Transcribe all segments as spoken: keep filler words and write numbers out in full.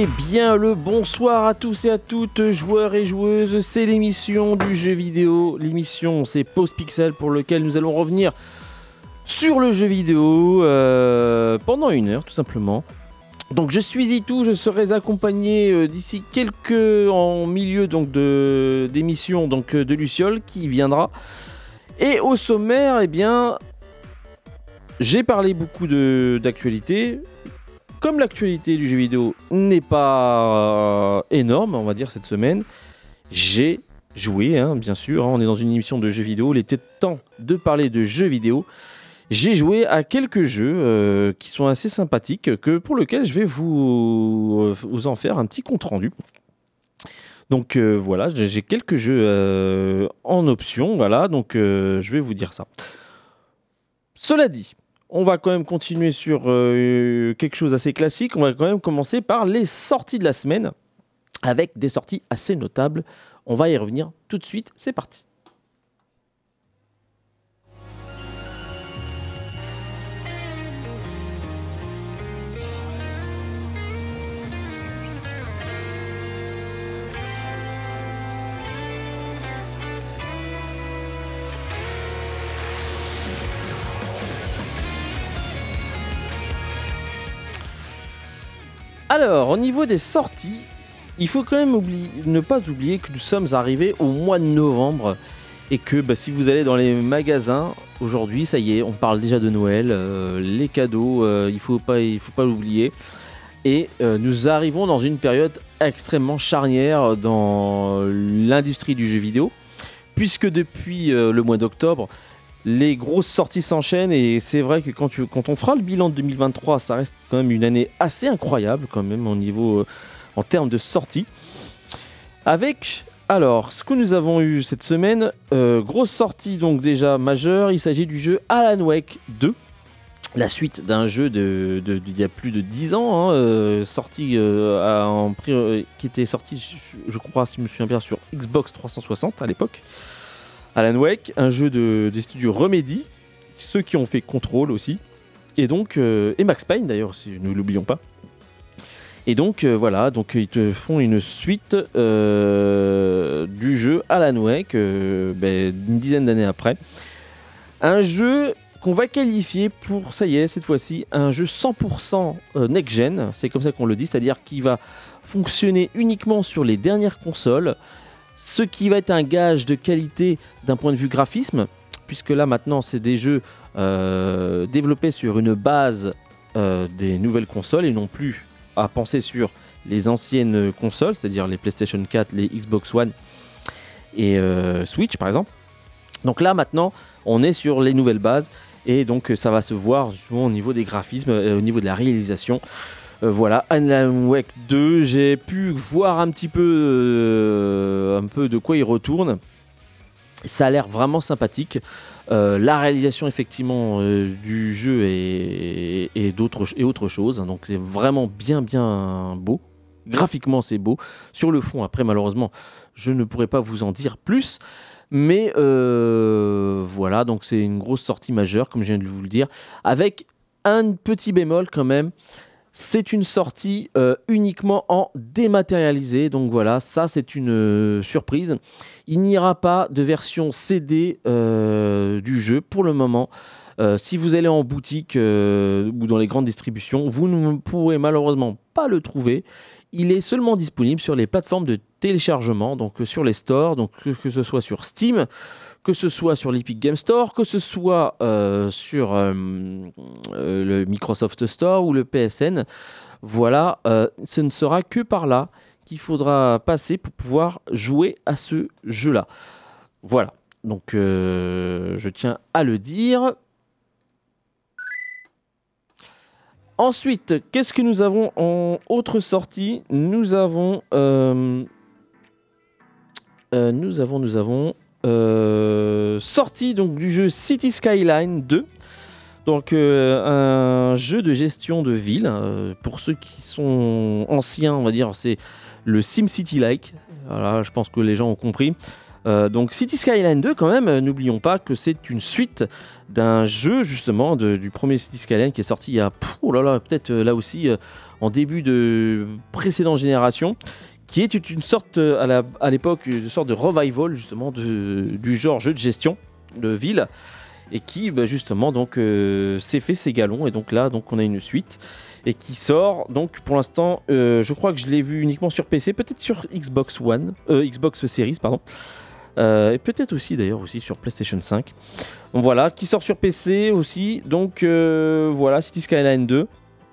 Eh bien le bonsoir à tous et à toutes, joueurs et joueuses, c'est l'émission du jeu vidéo. L'émission c'est Pause Pixel pour lequel nous allons revenir sur le jeu vidéo euh, pendant une heure tout simplement. Donc je suis Itou, je serai accompagné euh, d'ici quelques en milieu donc de d'émission donc euh, de Luciole qui viendra. Et au sommaire, eh bien j'ai parlé beaucoup de d'actualité. Comme l'actualité du jeu vidéo n'est pas euh, énorme, on va dire cette semaine, j'ai joué, hein, bien sûr, hein, on est dans une émission de jeux vidéo, il était temps de parler de jeux vidéo. J'ai joué à quelques jeux euh, qui sont assez sympathiques, que, pour lesquels je vais vous, euh, vous en faire un petit compte-rendu. Donc euh, voilà, j'ai quelques jeux euh, en option, voilà, donc euh, je vais vous dire ça. Cela dit, on va quand même continuer sur euh, quelque chose d'assez classique. On va quand même commencer par les sorties de la semaine, avec des sorties assez notables. On va y revenir tout de suite. C'est parti. Alors, au niveau des sorties, il faut quand même oublier, ne pas oublier que nous sommes arrivés au mois de novembre et que bah, si vous allez dans les magasins, aujourd'hui, ça y est, on parle déjà de Noël, euh, les cadeaux, euh, il ne faut pas, il faut pas l'oublier. Et euh, nous arrivons dans une période extrêmement charnière dans l'industrie du jeu vidéo, puisque depuis euh, le mois d'octobre, les grosses sorties s'enchaînent et c'est vrai que quand, tu, quand on fera le bilan de deux mille vingt-trois, ça reste quand même une année assez incroyable quand même au niveau, euh, en termes de sorties. Avec, alors, ce que nous avons eu cette semaine, euh, grosse sortie donc déjà majeure, il s'agit du jeu Alan Wake deux, la suite d'un jeu de, de, de, d'il y a plus de dix ans, hein, euh, sorti, euh, à, en, euh, qui était sorti, je, je crois, si je me souviens bien, sur Xbox trois cent soixante à l'époque. Alan Wake, un jeu de, des studios Remedy, ceux qui ont fait Control aussi, et donc euh, et Max Payne d'ailleurs, si nous l'oublions pas. Et donc euh, voilà, donc ils te font une suite euh, du jeu Alan Wake, euh, ben, une dizaine d'années après. Un jeu qu'on va qualifier pour, ça y est, cette fois-ci, un jeu cent pour cent next-gen, c'est comme ça qu'on le dit, c'est-à-dire qu'il va fonctionner uniquement sur les dernières consoles. Ce qui va être un gage de qualité d'un point de vue graphisme, puisque là maintenant c'est des jeux euh, développés sur une base euh, des nouvelles consoles et non plus à penser sur les anciennes consoles, c'est-à-dire les PlayStation quatre, les Xbox One et euh, Switch par exemple. Donc là maintenant on est sur les nouvelles bases et donc ça va se voir justement au niveau des graphismes, euh, au niveau de la réalisation. Euh, voilà, Alan Wake deux, j'ai pu voir un petit peu, euh, un peu de quoi il retourne. Ça a l'air vraiment sympathique. Euh, la réalisation effectivement euh, du jeu est, est, d'autres, et autre chose, donc c'est vraiment bien bien beau. Graphiquement c'est beau. Sur le fond, après malheureusement, je ne pourrais pas vous en dire plus. Mais euh, voilà, donc c'est une grosse sortie majeure, comme je viens de vous le dire, avec un petit bémol quand même. C'est une sortie euh, uniquement en dématérialisé, donc voilà, ça c'est une euh, surprise. Il n'y aura pas de version C D euh, du jeu pour le moment. Euh, si vous allez en boutique euh, ou dans les grandes distributions, vous ne pourrez malheureusement pas le trouver. Il est seulement disponible sur les plateformes de téléchargement, donc euh, sur les stores, donc que, que ce soit sur Steam, que ce soit sur l'Epic Game Store, que ce soit euh, sur euh, euh, le Microsoft Store ou le P S N. Voilà, euh, ce ne sera que par là qu'il faudra passer pour pouvoir jouer à ce jeu-là. Voilà, donc euh, je tiens à le dire. Ensuite, qu'est-ce que nous avons en autre sortie ? Nous avons... Euh, euh, nous avons... Nous avons... Euh, sortie donc du jeu City Skyline deux, donc euh, un jeu de gestion de ville. Euh, pour ceux qui sont anciens, on va dire, c'est le SimCity-like. Voilà, je pense que les gens ont compris. Euh, donc City Skyline deux quand même, euh, n'oublions pas que c'est une suite d'un jeu justement de, du premier City Skyline qui est sorti il y a pff, oh là là, peut-être euh, là aussi euh, en début de précédente génération, qui est une sorte euh, à, la, à l'époque une sorte de revival justement de, du genre jeu de gestion de ville et qui bah, justement donc euh, s'est fait ses galons et donc là donc on a une suite et qui sort donc pour l'instant euh, je crois que je l'ai vu uniquement sur P C, peut-être sur Xbox One, euh, Xbox Series pardon. Euh, et peut-être aussi d'ailleurs aussi sur PlayStation cinq. Donc voilà, qui sort sur P C aussi. Donc euh, voilà, City Skyline deux.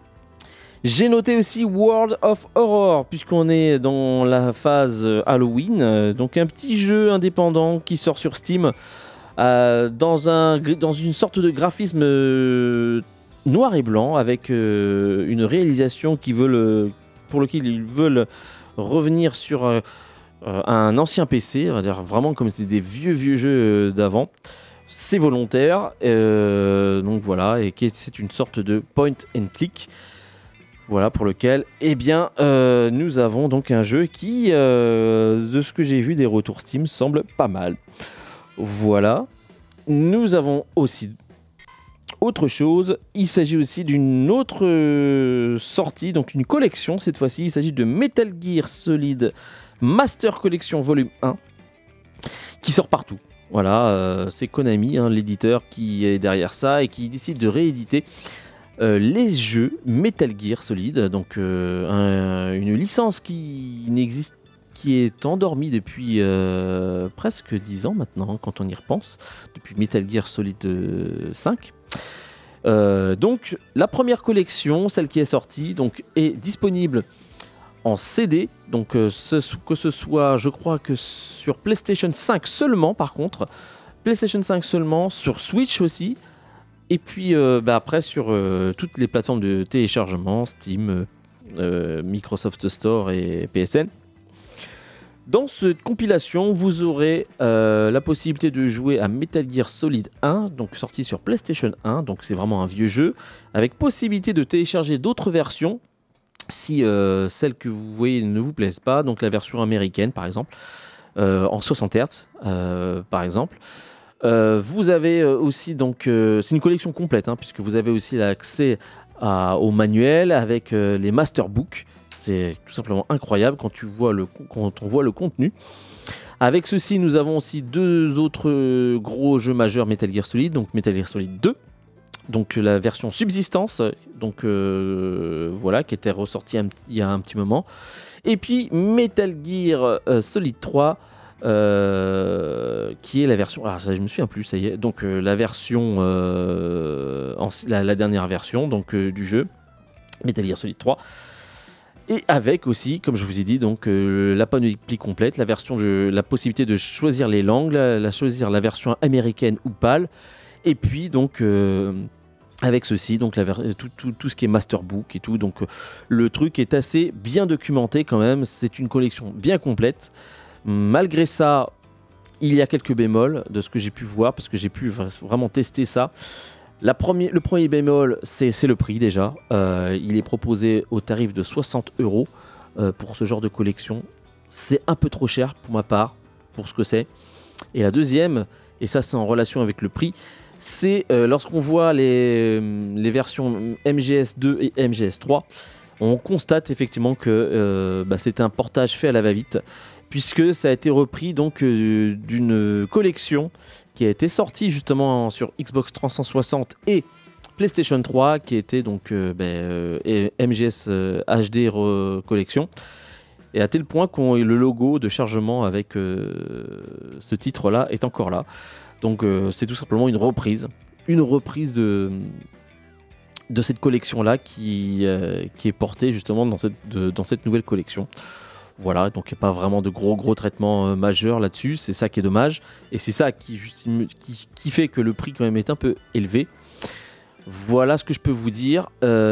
J'ai noté aussi World of Horror, puisqu'on est dans la phase Halloween. Euh, donc un petit jeu indépendant qui sort sur Steam euh, dans, un, dans une sorte de graphisme euh, noir et blanc avec euh, une réalisation qui veulent, euh, pour lequel ils veulent revenir sur... Euh, Euh, un ancien P C, on va dire vraiment comme c'était des vieux vieux jeux euh, d'avant. C'est volontaire, euh, donc voilà, et qui est, c'est une sorte de point and click, voilà pour lequel, eh bien, euh, nous avons donc un jeu qui, euh, de ce que j'ai vu des retours Steam, semble pas mal. Voilà, nous avons aussi autre chose. Il s'agit aussi d'une autre euh, sortie, donc une collection cette fois-ci. Il s'agit de Metal Gear Solid Master Collection Volume un qui sort partout. Voilà, euh, c'est Konami, hein, l'éditeur qui est derrière ça et qui décide de rééditer euh, les jeux Metal Gear Solid, donc euh, un, une licence qui n'existe, qui est endormie depuis euh, presque dix ans maintenant, quand on y repense, depuis Metal Gear Solid cinq. Euh, donc la première collection, celle qui est sortie, donc, est disponible en C D, donc euh, ce, que ce soit, je crois que sur PlayStation cinq seulement, par contre, PlayStation cinq seulement, sur Switch aussi, et puis euh, bah, après sur euh, toutes les plateformes de téléchargement, Steam, euh, Microsoft Store et P S N. Dans cette compilation, vous aurez euh, la possibilité de jouer à Metal Gear Solid un, donc sorti sur PlayStation un, donc c'est vraiment un vieux jeu, avec possibilité de télécharger d'autres versions, si euh, celle que vous voyez ne vous plaise pas, donc la version américaine par exemple, euh, en soixante hertz euh, par exemple. Euh, vous avez aussi, donc, euh, c'est une collection complète, hein, puisque vous avez aussi l'accès à, au manuel avec euh, les masterbooks. C'est tout simplement incroyable quand, tu vois le, quand on voit le contenu. Avec ceci, nous avons aussi deux autres gros jeux majeurs Metal Gear Solid, donc Metal Gear Solid deux, donc la version Subsistance, donc euh, voilà, qui était ressortie un, il y a un petit moment, et puis Metal Gear euh, Solid trois, euh, qui est la version, alors ça, je me souviens plus, ça y est, donc euh, la version, euh, en, la, la dernière version donc euh, du jeu Metal Gear Solid trois. Et avec aussi, comme je vous ai dit, donc euh, la panoplie complète, la version de la possibilité de choisir les langues, la, la choisir la version américaine ou PAL, et puis donc euh, avec ceci, donc la, tout, tout, tout ce qui est masterbook et tout, donc euh, le truc est assez bien documenté quand même. C'est une collection bien complète. Malgré ça, il y a quelques bémols de ce que j'ai pu voir, parce que j'ai pu vraiment tester ça. La première, le premier bémol, c'est, c'est le prix déjà. Euh, il est proposé au tarif de soixante euros euh, pour ce genre de collection. C'est un peu trop cher pour ma part, pour ce que c'est. Et la deuxième, et ça c'est en relation avec le prix, c'est euh, lorsqu'on voit les, les versions M G S deux et M G S trois, on constate effectivement que euh, bah, c'est un portage fait à la va-vite, puisque ça a été repris donc euh, d'une collection qui a été sortie justement sur Xbox trois cent soixante et PlayStation trois, qui était donc euh, ben, euh, M G S euh, H D re- collection, et à tel point que le logo de chargement avec euh, ce titre-là est encore là. Donc euh, c'est tout simplement une reprise, une reprise de, de cette collection-là qui, euh, qui est portée justement dans cette, de, dans cette nouvelle collection. Voilà, donc il n'y a pas vraiment de gros gros traitements euh, majeurs là-dessus, c'est ça qui est dommage, et c'est ça qui, qui, qui fait que le prix quand même est un peu élevé. Voilà ce que je peux vous dire,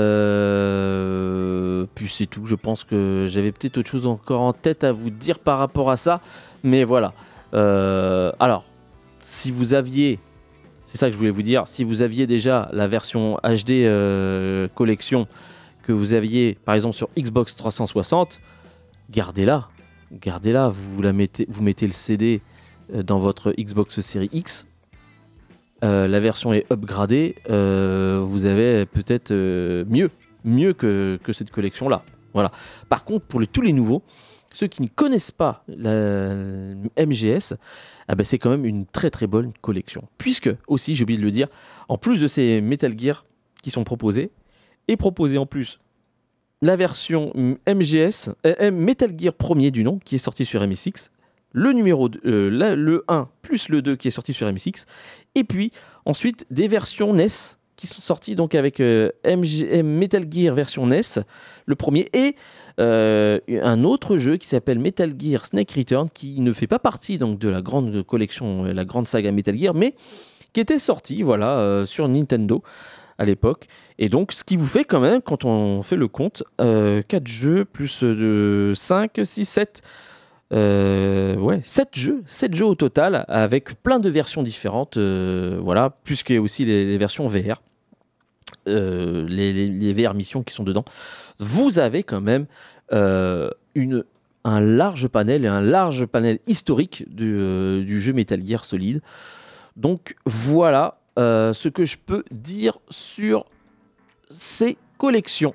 euh... puis c'est tout. Je pense que j'avais peut-être autre chose encore en tête à vous dire par rapport à ça, mais voilà. Euh... Alors, si vous aviez, c'est ça que je voulais vous dire, si vous aviez déjà la version H D euh, collection que vous aviez par exemple sur Xbox trois cent soixante, gardez-la, gardez-la, vous la mettez, vous mettez le C D euh, dans votre Xbox Series X, euh, la version est upgradée, euh, vous avez peut-être euh, mieux, mieux que, que cette collection-là. Voilà. Par contre, pour les, tous les nouveaux, ceux qui ne connaissent pas la M G S, ah ben c'est quand même une très très bonne collection. Puisque, aussi, j'ai oublié de le dire, en plus de ces Metal Gear qui sont proposés, est proposé en plus la version M G S, euh, Metal Gear premier du nom, qui est sorti sur M S X, le numéro deux, euh, la, le un plus le deux qui est sorti sur M S X, et puis ensuite des versions N E S qui sont sorties donc avec euh, M G, Metal Gear version N E S, le premier, et euh, un autre jeu qui s'appelle Metal Gear Snake Return, qui ne fait pas partie donc de la grande collection, la grande saga Metal Gear, mais qui était sorti voilà, euh, sur Nintendo à l'époque. Et donc, ce qui vous fait quand même, quand on fait le compte, euh, quatre jeux plus euh, cinq, six, sept, euh, ouais, sept jeux, sept jeux au total, avec plein de versions différentes, euh, voilà, plus qu'il y a aussi les, les versions V R, euh, les, les, les V R missions qui sont dedans. Vous avez quand même euh, une, un large panel, et un large panel historique du, euh, du jeu Metal Gear Solid. Donc, voilà euh, ce que je peux dire sur ces collections.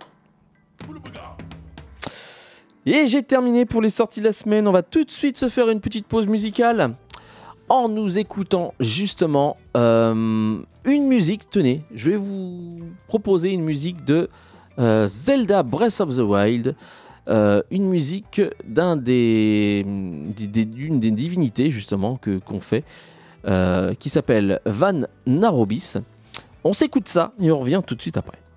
Et j'ai terminé pour les sorties de la semaine. On va tout de suite se faire une petite pause musicale en nous écoutant justement euh, une musique. Tenez, je vais vous proposer une musique de euh, Zelda Breath of the Wild, euh, une musique d'un des, des, d'une des divinités justement que, qu'on fait, euh, qui s'appelle Van Narobis. On s'écoute ça et on revient tout de suite après.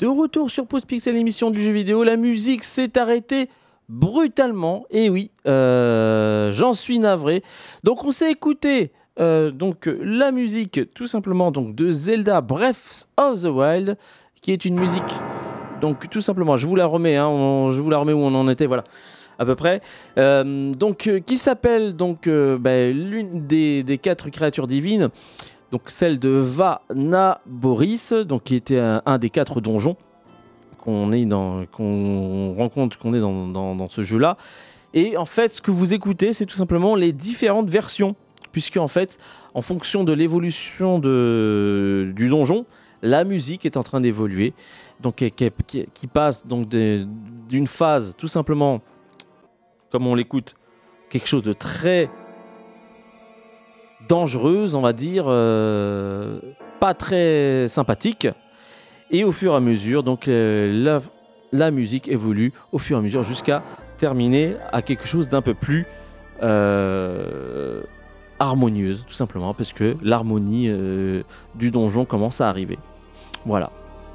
de retour sur Pause Pixel, l'émission du jeu vidéo. La musique s'est arrêtée brutalement. Et oui, euh, j'en suis navré. Donc on s'est écouté euh, donc, la musique tout simplement donc, de Zelda Breath of the Wild, qui est une musique, donc tout simplement, je vous la remets, hein, on, je vous la remets où on en était, voilà. À peu près, euh, donc euh, qui s'appelle donc euh, bah, l'une des, des quatre créatures divines, donc celle de Vana Boris, donc qui était un, un des quatre donjons qu'on est dans, qu'on rencontre, qu'on est dans, dans, dans ce jeu-là. Et en fait, ce que vous écoutez, c'est tout simplement les différentes versions, puisque en fait, en fonction de l'évolution de, du donjon, la musique est en train d'évoluer, donc qui, qui, qui passe donc de, d'une phase tout simplement, comme on l'écoute, quelque chose de très dangereuse, on va dire, euh, pas très sympathique. Et au fur et à mesure, donc euh, la, la musique évolue au fur et à mesure jusqu'à terminer à quelque chose d'un peu plus euh, harmonieuse, tout simplement, parce que l'harmonie euh, du donjon commence à arriver. Voilà.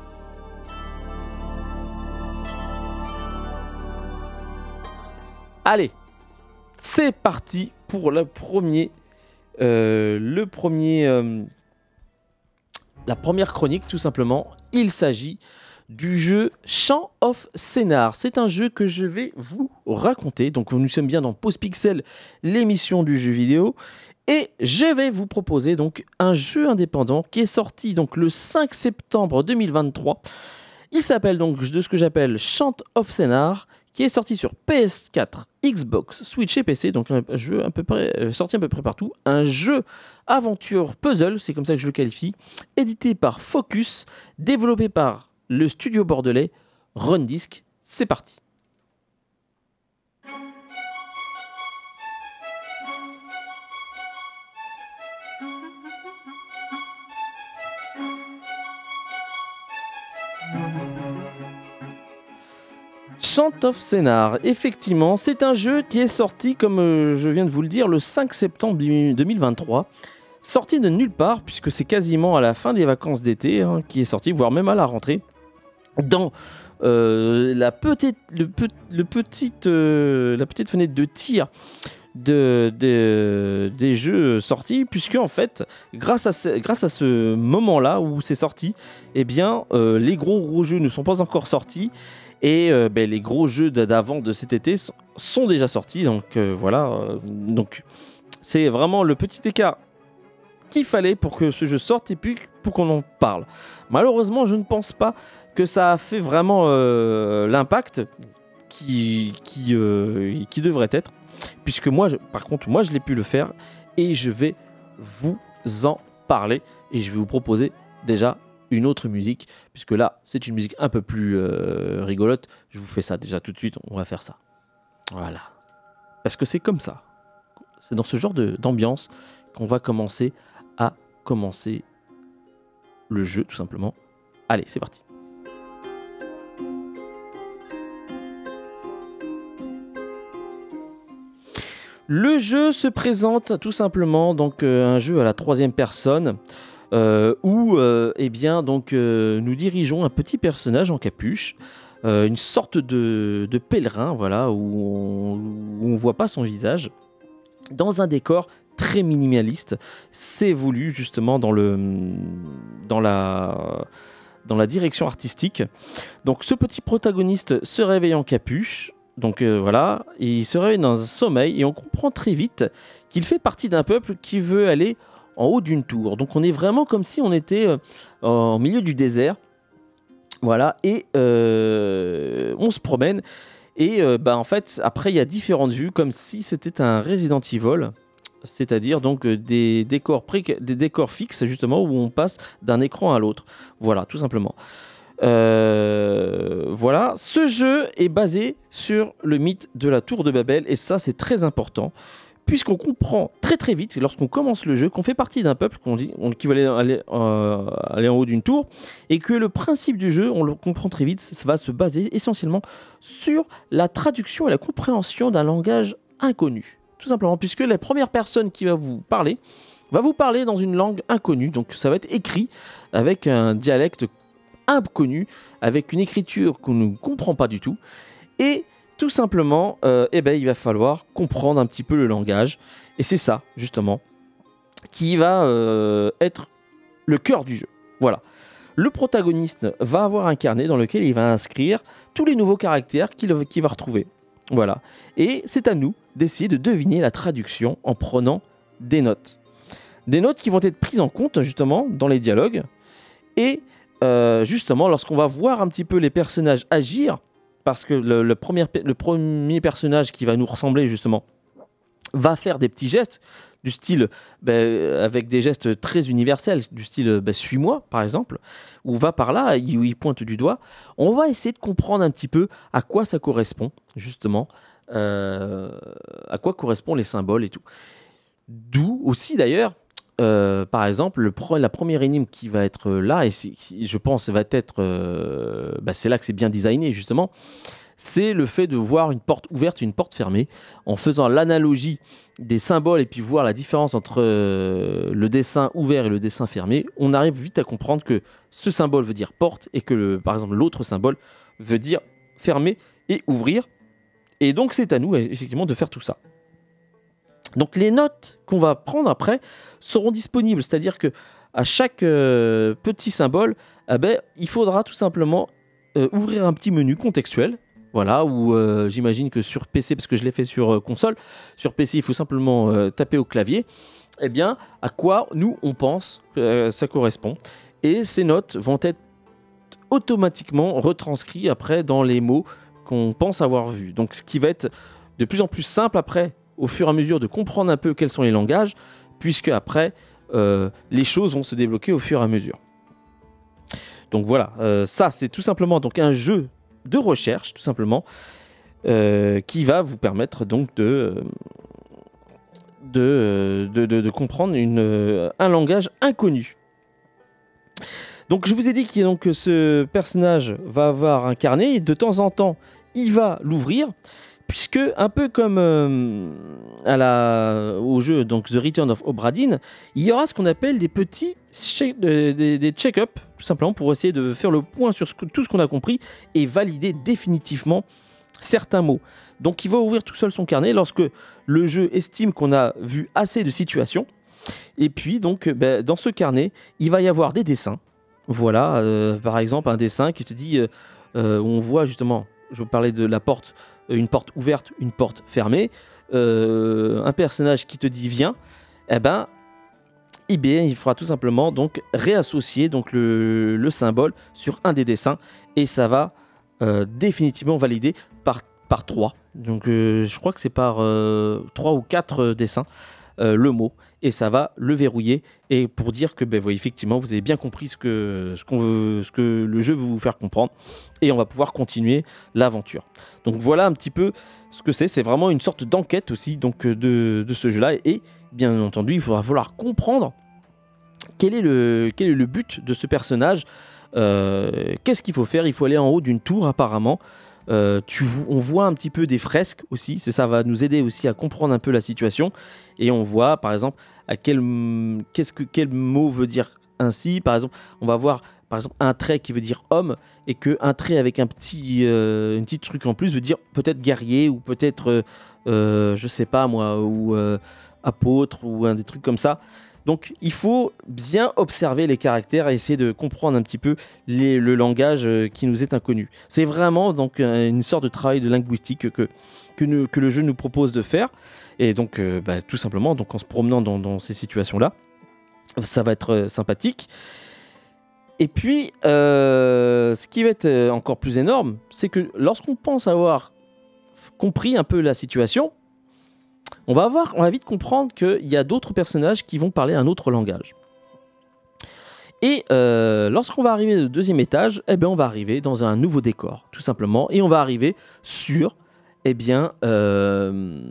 Allez, c'est parti pour le premier, euh, le premier, euh, la première chronique, tout simplement. Il s'agit du jeu Chant of Sennaar. C'est un jeu que je vais vous raconter. Donc, nous sommes bien dans Pause Pixel, l'émission du jeu vidéo. Et je vais vous proposer donc un jeu indépendant qui est sorti donc le cinq septembre deux mille vingt-trois. Il s'appelle donc de ce que j'appelle Chant of Sennaar, qui est sorti sur P S quatre, Xbox, Switch et P C, donc un jeu à peu près, euh, sorti à peu près partout. Un jeu aventure puzzle, c'est comme ça que je le qualifie, édité par Focus, développé par le studio bordelais Rundisk. C'est parti. Chant of Sennaar, effectivement, c'est un jeu qui est sorti, comme euh, je viens de vous le dire, le cinq septembre deux mille vingt-trois. Sorti de nulle part, puisque c'est quasiment à la fin des vacances d'été hein, qui est sorti, voire même à la rentrée. Dans euh, la, petite, le, pe- le petite, euh, la petite fenêtre de tir de, de, des jeux sortis, puisque en fait, grâce à ce, grâce à ce moment-là où c'est sorti, eh bien, euh, les gros gros jeux ne sont pas encore sortis. Et euh, ben, les gros jeux d'avant de cet été sont déjà sortis, donc euh, voilà. Euh, donc c'est vraiment le petit écart qu'il fallait pour que ce jeu sorte et puis pour qu'on en parle. Malheureusement, je ne pense pas que ça a fait vraiment euh, l'impact qui qui, euh, qui devrait être, puisque moi, je, par contre, moi je l'ai pu le faire et je vais vous en parler et je vais vous proposer déjà une autre musique, puisque là, c'est une musique un peu plus euh, rigolote. Je vous fais ça déjà tout de suite, on va faire ça. Voilà. Parce que c'est comme ça. C'est dans ce genre de, d'ambiance qu'on va commencer à commencer le jeu, tout simplement. Allez, c'est parti. Le jeu se présente tout simplement, donc euh, un jeu à la troisième personne, Euh, où euh, eh bien, donc, euh, nous dirigeons un petit personnage en capuche, euh, une sorte de, de pèlerin, voilà, où on ne voit pas son visage, dans un décor très minimaliste. C'est voulu justement dans, le, dans, la, dans la direction artistique. Donc ce petit protagoniste se réveille en capuche, donc euh, voilà, il se réveille dans un sommeil et on comprend très vite qu'il fait partie d'un peuple qui veut aller en haut d'une tour. Donc on est vraiment comme si on était euh, au milieu du désert. Voilà, et euh, on se promène. Et euh, bah, en fait, après, il y a différentes vues, comme si c'était un Resident Evil. C'est-à-dire donc euh, des, décors pré- des décors fixes, justement, où on passe d'un écran à l'autre. Voilà, tout simplement. Euh, voilà, ce jeu est basé sur le mythe de la tour de Babel. Et ça, c'est très important, puisqu'on comprend très très vite, lorsqu'on commence le jeu, qu'on fait partie d'un peuple qu'on dit, on, qui va aller, aller, euh, aller en haut d'une tour, et que le principe du jeu, on le comprend très vite, ça va se baser essentiellement sur la traduction et la compréhension d'un langage inconnu. Tout simplement, puisque la première personne qui va vous parler, va vous parler dans une langue inconnue, donc ça va être écrit avec un dialecte inconnu, avec une écriture qu'on ne comprend pas du tout. Et tout simplement, euh, eh ben, il va falloir comprendre un petit peu le langage. Et c'est ça, justement, qui va euh, être le cœur du jeu. Voilà. Le protagoniste va avoir un carnet dans lequel il va inscrire tous les nouveaux caractères qu'il, qu'il va retrouver. Voilà. Et c'est à nous d'essayer de deviner la traduction en prenant des notes. Des notes qui vont être prises en compte, justement, dans les dialogues. Et euh, justement, lorsqu'on va voir un petit peu les personnages agir, parce que le, le, premier, le premier personnage qui va nous ressembler, justement, va faire des petits gestes du style, bah, avec des gestes très universels, du style bah, suis-moi par exemple, ou va par là, où il pointe du doigt. On va essayer de comprendre un petit peu à quoi ça correspond, justement, euh, à quoi correspondent les symboles et tout. D'où aussi d'ailleurs, euh, par exemple, le pro- la première énigme qui va être là, et c'est, je pense va être, euh, bah, c'est là que c'est bien designé justement, c'est le fait de voir une porte ouverte et une porte fermée, en faisant l'analogie des symboles et puis voir la différence entre euh, le dessin ouvert et le dessin fermé. On arrive vite à comprendre que ce symbole veut dire porte et que, le, par exemple, l'autre symbole veut dire fermer et ouvrir. Et donc, c'est à nous, effectivement, de faire tout ça. Donc, les notes qu'on va prendre après seront disponibles, c'est-à-dire que à chaque euh, petit symbole, eh ben, il faudra tout simplement euh, ouvrir un petit menu contextuel. Voilà, ou euh, j'imagine que sur P C, parce que je l'ai fait sur euh, console, sur P C, il faut simplement euh, taper au clavier, eh bien, à quoi nous, on pense que euh, ça correspond. Et ces notes vont être automatiquement retranscrites après dans les mots qu'on pense avoir vus. Donc, ce qui va être de plus en plus simple après, au fur et à mesure de comprendre un peu quels sont les langages, puisque après, euh, les choses vont se débloquer au fur et à mesure. Donc voilà, euh, ça, c'est tout simplement donc, un jeu de recherche, tout simplement, euh, qui va vous permettre donc de, de, de, de, de comprendre une, un langage inconnu. Donc je vous ai dit que donc, ce personnage va avoir un carnet et de temps en temps, il va l'ouvrir, puisque un peu comme euh, à la, au jeu donc The Return of Obra Dinn, il y aura ce qu'on appelle des petits check, des, des check-up, tout simplement pour essayer de faire le point sur ce que, tout ce qu'on a compris et valider définitivement certains mots. Donc il va ouvrir tout seul son carnet lorsque le jeu estime qu'on a vu assez de situations. Et puis donc ben, dans ce carnet, il va y avoir des dessins. Voilà, euh, par exemple un dessin qui te dit, euh, euh, où on voit justement, je vous parlais de la porte, une porte ouverte, une porte fermée, euh, un personnage qui te dit viens, eh ben, eh bien, il faudra tout simplement donc réassocier donc le, le symbole sur un des dessins et ça va euh, définitivement valider par, par trois. Donc euh, je crois que c'est par euh, trois ou quatre euh, dessins euh, le mot et ça va le verrouiller et pour dire que ben, ouais, effectivement vous avez bien compris ce que, ce, qu'on veut, ce que le jeu veut vous faire comprendre et on va pouvoir continuer l'aventure. Donc voilà un petit peu ce que c'est, c'est vraiment une sorte d'enquête aussi donc, de, de ce jeu-là et bien entendu il faudra falloir comprendre quel est le, quel est le but de ce personnage, euh, qu'est-ce qu'il faut faire, il faut aller en haut d'une tour apparemment. Euh, tu, on voit un petit peu des fresques aussi, c'est ça va nous aider aussi à comprendre un peu la situation et on voit par exemple à quel, qu'est-ce que, quel mot veut dire ainsi. Par exemple, on va voir par exemple un trait qui veut dire homme et qu'un trait avec un petit, euh, un petit truc en plus veut dire peut-être guerrier ou peut-être, euh, euh, je sais pas moi, ou euh, apôtre ou un des trucs comme ça. Donc il faut bien observer les caractères et essayer de comprendre un petit peu les, le langage qui nous est inconnu. C'est vraiment donc une sorte de travail de linguistique que, que, nous, que le jeu nous propose de faire. Et donc euh, bah, tout simplement donc, en se promenant dans, dans ces situations-là, ça va être sympathique. Et puis euh, ce qui va être encore plus énorme, c'est que lorsqu'on pense avoir compris un peu la situation, On va, avoir, on va vite comprendre qu'il y a d'autres personnages qui vont parler un autre langage. Et euh, lorsqu'on va arriver au deuxième étage, eh bien, on va arriver dans un nouveau décor, tout simplement. Et on va arriver sur, eh bien, euh,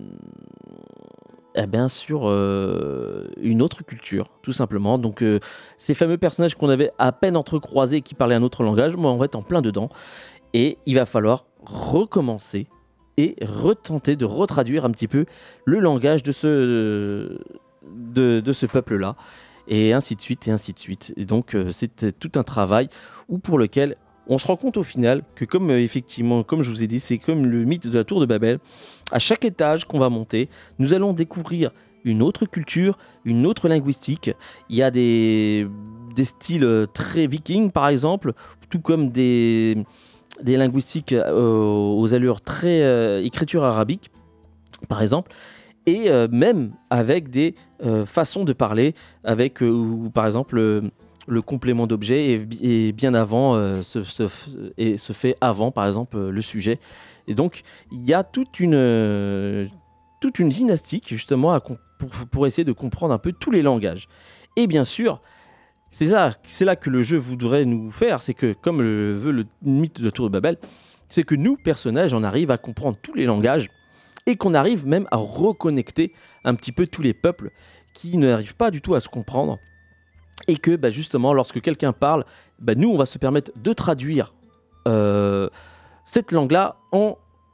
eh bien, sur euh, une autre culture, tout simplement. Donc, euh, ces fameux personnages qu'on avait à peine entrecroisés qui parlaient un autre langage, moi, on va être en plein dedans. Et il va falloir recommencer et retenter de retraduire un petit peu le langage de ce, de, de ce peuple-là. et ainsi de suite, et ainsi de suite. Et donc, euh, c'est tout un travail où pour lequel on se rend compte au final que comme euh, effectivement, comme je vous ai dit, c'est comme le mythe de la tour de Babel. À chaque étage qu'on va monter, nous allons découvrir une autre culture, une autre linguistique. Il y a des, des styles très vikings, par exemple, tout comme des, des linguistiques euh, aux allures très euh, écriture arabique, par exemple. Et euh, même avec des euh, façons de parler, avec, euh, où, par exemple, euh, le complément d'objet est, est bien avant, euh, se, se, et se fait avant, par exemple, euh, le sujet. Et donc, il y a toute une, euh, toute une gymnastique, justement, à, pour, pour essayer de comprendre un peu tous les langages. Et bien sûr, c'est là, c'est là que le jeu voudrait nous faire, c'est que, comme le veut le mythe de la Tour de Babel, c'est que nous, personnages, on arrive à comprendre tous les langages, et qu'on arrive même à reconnecter un petit peu tous les peuples qui n'arrivent pas du tout à se comprendre. Et que bah, justement, lorsque quelqu'un parle, bah, nous, on va se permettre de traduire euh, cette langue-là en,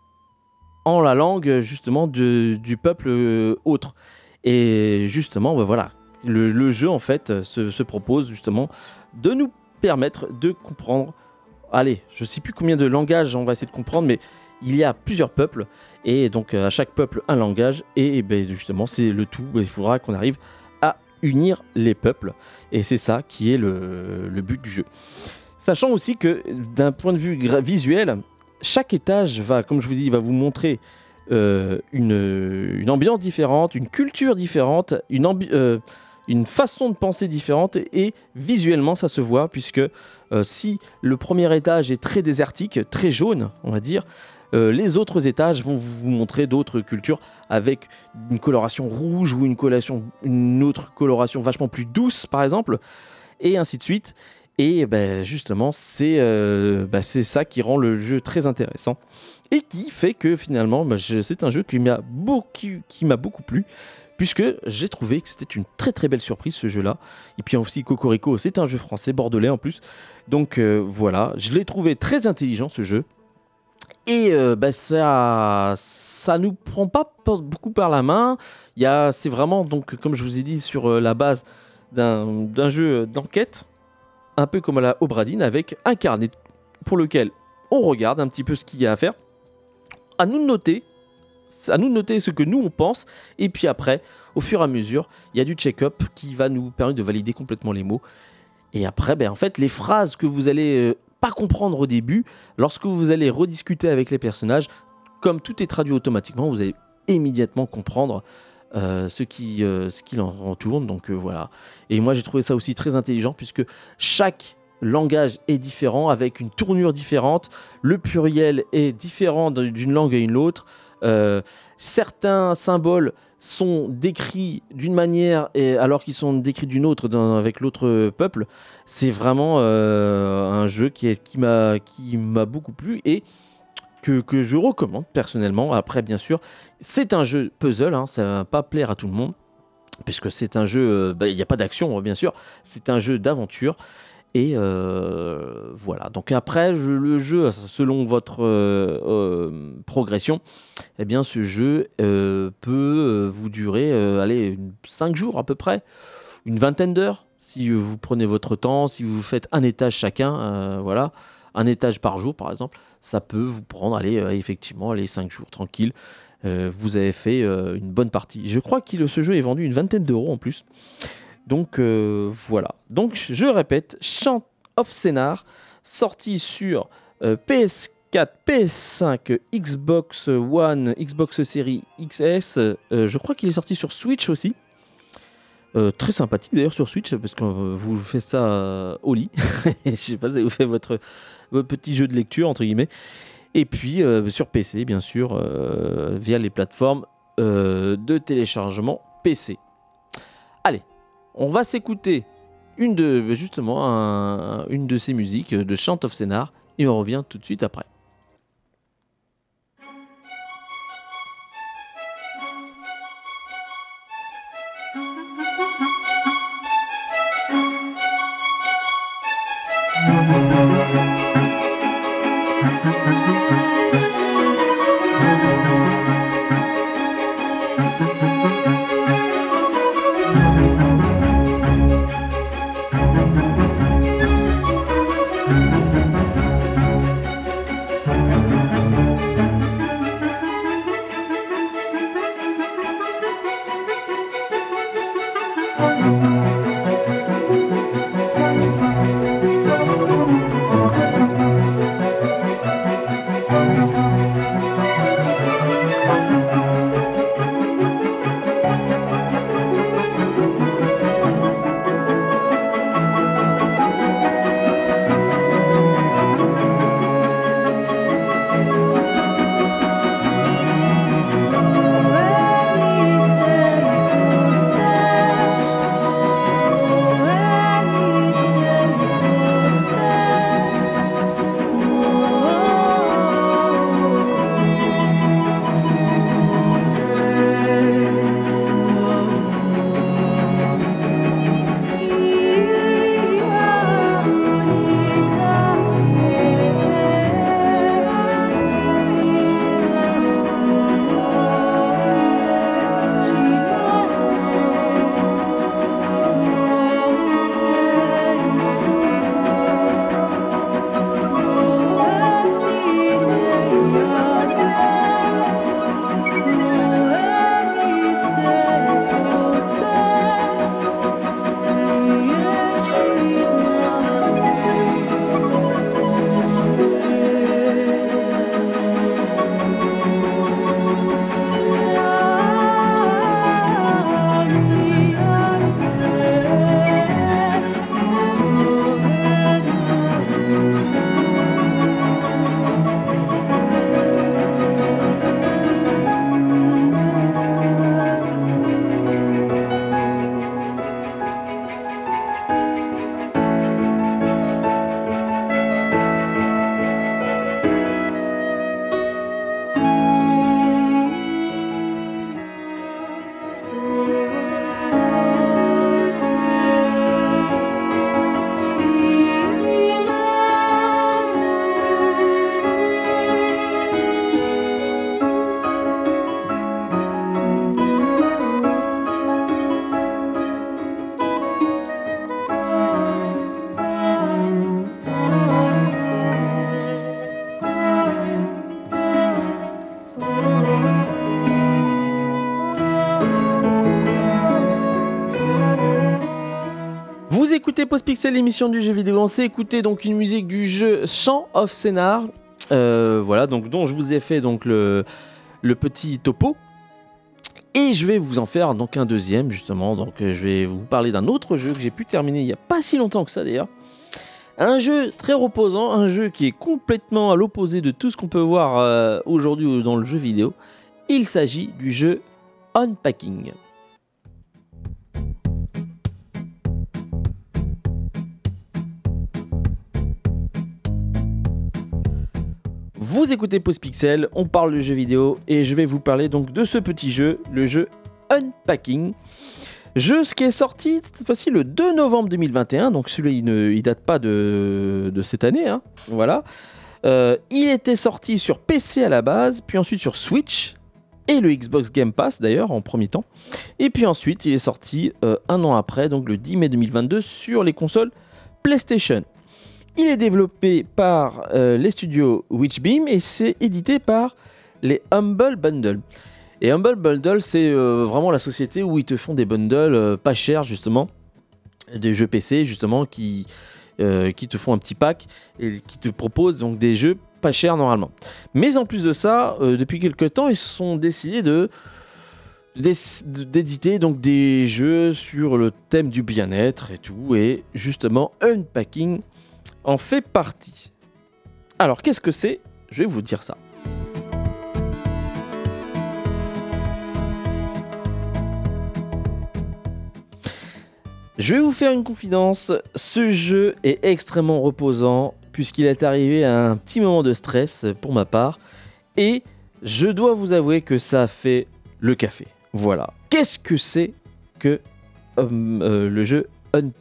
en la langue justement de, du peuple euh, autre. Et justement, bah, voilà, le, le jeu en fait se, se propose justement de nous permettre de comprendre. Allez, je ne sais plus combien de langages on va essayer de comprendre, mais il y a plusieurs peuples, et donc à chaque peuple un langage, et, et ben, justement, c'est le tout. Il faudra qu'on arrive à unir les peuples, et c'est ça qui est le, le but du jeu. Sachant aussi que d'un point de vue gra- visuel, chaque étage va, comme je vous dis, va vous montrer euh, une, une ambiance différente, une culture différente, une, ambi- euh, une façon de penser différente, et, et visuellement ça se voit, puisque euh, si le premier étage est très désertique, très jaune, on va dire, Euh, les autres étages vont vous montrer d'autres cultures avec une coloration rouge ou une, coloration, une autre coloration vachement plus douce, par exemple, et ainsi de suite. Et ben, justement, c'est, euh, ben, c'est ça qui rend le jeu très intéressant et qui fait que finalement, ben, je, c'est un jeu qui m'a, beaucoup, qui m'a beaucoup plu, puisque j'ai trouvé que c'était une très très belle surprise, ce jeu-là. Et puis aussi Cocorico, c'est un jeu français, bordelais en plus. Donc euh, voilà, je l'ai trouvé très intelligent, ce jeu. Et euh, bah, ça, ça nous prend pas beaucoup par la main. Il y a, c'est vraiment, donc, comme je vous ai dit, sur euh, la base d'un, d'un jeu d'enquête, un peu comme à la Obradine, avec un carnet pour lequel on regarde un petit peu ce qu'il y a à faire. À nous de noter, à nous de noter ce que nous on pense. Et puis après, au fur et à mesure, il y a du check-up qui va nous permettre de valider complètement les mots. Et après, ben, en fait, les phrases que vous allez euh, pas comprendre au début, lorsque vous allez rediscuter avec les personnages, comme tout est traduit automatiquement, vous allez immédiatement comprendre euh, ce qui, euh, ce qui en tourne. Donc euh, voilà. Et moi, j'ai trouvé ça aussi très intelligent, puisque chaque langage est différent, avec une tournure différente. Le pluriel est différent d'une langue à une autre. Euh, certains symboles sont décrits d'une manière et alors qu'ils sont décrits d'une autre dans, avec l'autre peuple. C'est vraiment euh, un jeu qui, est, qui, m'a, qui m'a beaucoup plu et que, que je recommande personnellement. Après, bien sûr, c'est un jeu puzzle, hein, ça va pas plaire à tout le monde, puisque c'est un jeu, il euh, bah, n'y a pas d'action, bien sûr, c'est un jeu d'aventure. Et euh, voilà. Donc après, je, le jeu, selon votre euh, euh, progression, eh bien, ce jeu euh, peut vous durer, euh, allez, cinq jours à peu près, une vingtaine d'heures, si vous prenez votre temps, si vous faites un étage chacun, euh, voilà, un étage par jour, par exemple, ça peut vous prendre, allez, euh, effectivement, allez, cinq jours, tranquille. Euh, vous avez fait euh, une bonne partie. Je crois que ce jeu est vendu une vingtaine d'euros en plus. Donc euh, voilà. Donc je répète, Chant of Sennaar, sorti sur euh, P S quatre, P S cinq, Xbox One, Xbox Series X S. Euh, je crois qu'il est sorti sur Switch aussi. Euh, très sympathique d'ailleurs sur Switch, parce que euh, vous faites ça euh, au lit. Je sais pas si vous faites votre, votre petit jeu de lecture entre guillemets. Et puis euh, sur P C bien sûr, euh, via les plateformes euh, de téléchargement P C. Allez. On va s'écouter une de, justement, un, une de ces musiques de Chant of Sennaar et on revient tout de suite après. écoutez Pause Pixel, l'émission du jeu vidéo. On s'est écouté donc une musique du jeu Chant of Scénar, euh, voilà, donc dont je vous ai fait donc le, le petit topo. Et je vais vous en faire donc un deuxième justement. Donc euh, je vais vous parler d'un autre jeu que j'ai pu terminer il y a pas si longtemps que ça d'ailleurs. Un jeu très reposant, un jeu qui est complètement à l'opposé de tout ce qu'on peut voir euh, aujourd'hui dans le jeu vidéo. Il s'agit du jeu Unpacking. Vous écoutez Pause Pixel, on parle de jeux vidéo et je vais vous parler donc de ce petit jeu, le jeu Unpacking. Jeu ce qui est sorti cette fois-ci le deux novembre deux mille vingt et un, donc celui-là il ne il date pas de, de cette année, hein, voilà. Euh, il était sorti sur P C à la base, puis ensuite sur Switch et le Xbox Game Pass d'ailleurs en premier temps. Et puis ensuite il est sorti euh, un an après, donc le dix mai deux mille vingt-deux sur les consoles PlayStation. Il est développé par euh, les studios Witchbeam et c'est édité par les Humble Bundle. Et Humble Bundle, c'est euh, vraiment la société où ils te font des bundles euh, pas chers justement, des jeux P C justement qui, euh, qui te font un petit pack et qui te proposent donc des jeux pas chers normalement. Mais en plus de ça, euh, depuis quelques temps, ils se sont décidés de d'éditer donc des jeux sur le thème du bien-être et tout, et justement Unpacking en fait partie. Alors qu'est-ce que c'est ? Je vais vous dire ça. Je vais vous faire une confidence, ce jeu est extrêmement reposant puisqu'il est arrivé à un petit moment de stress pour ma part et je dois vous avouer que ça a fait le café. Voilà. Qu'est-ce que c'est que euh, euh, le jeu Unpacking ?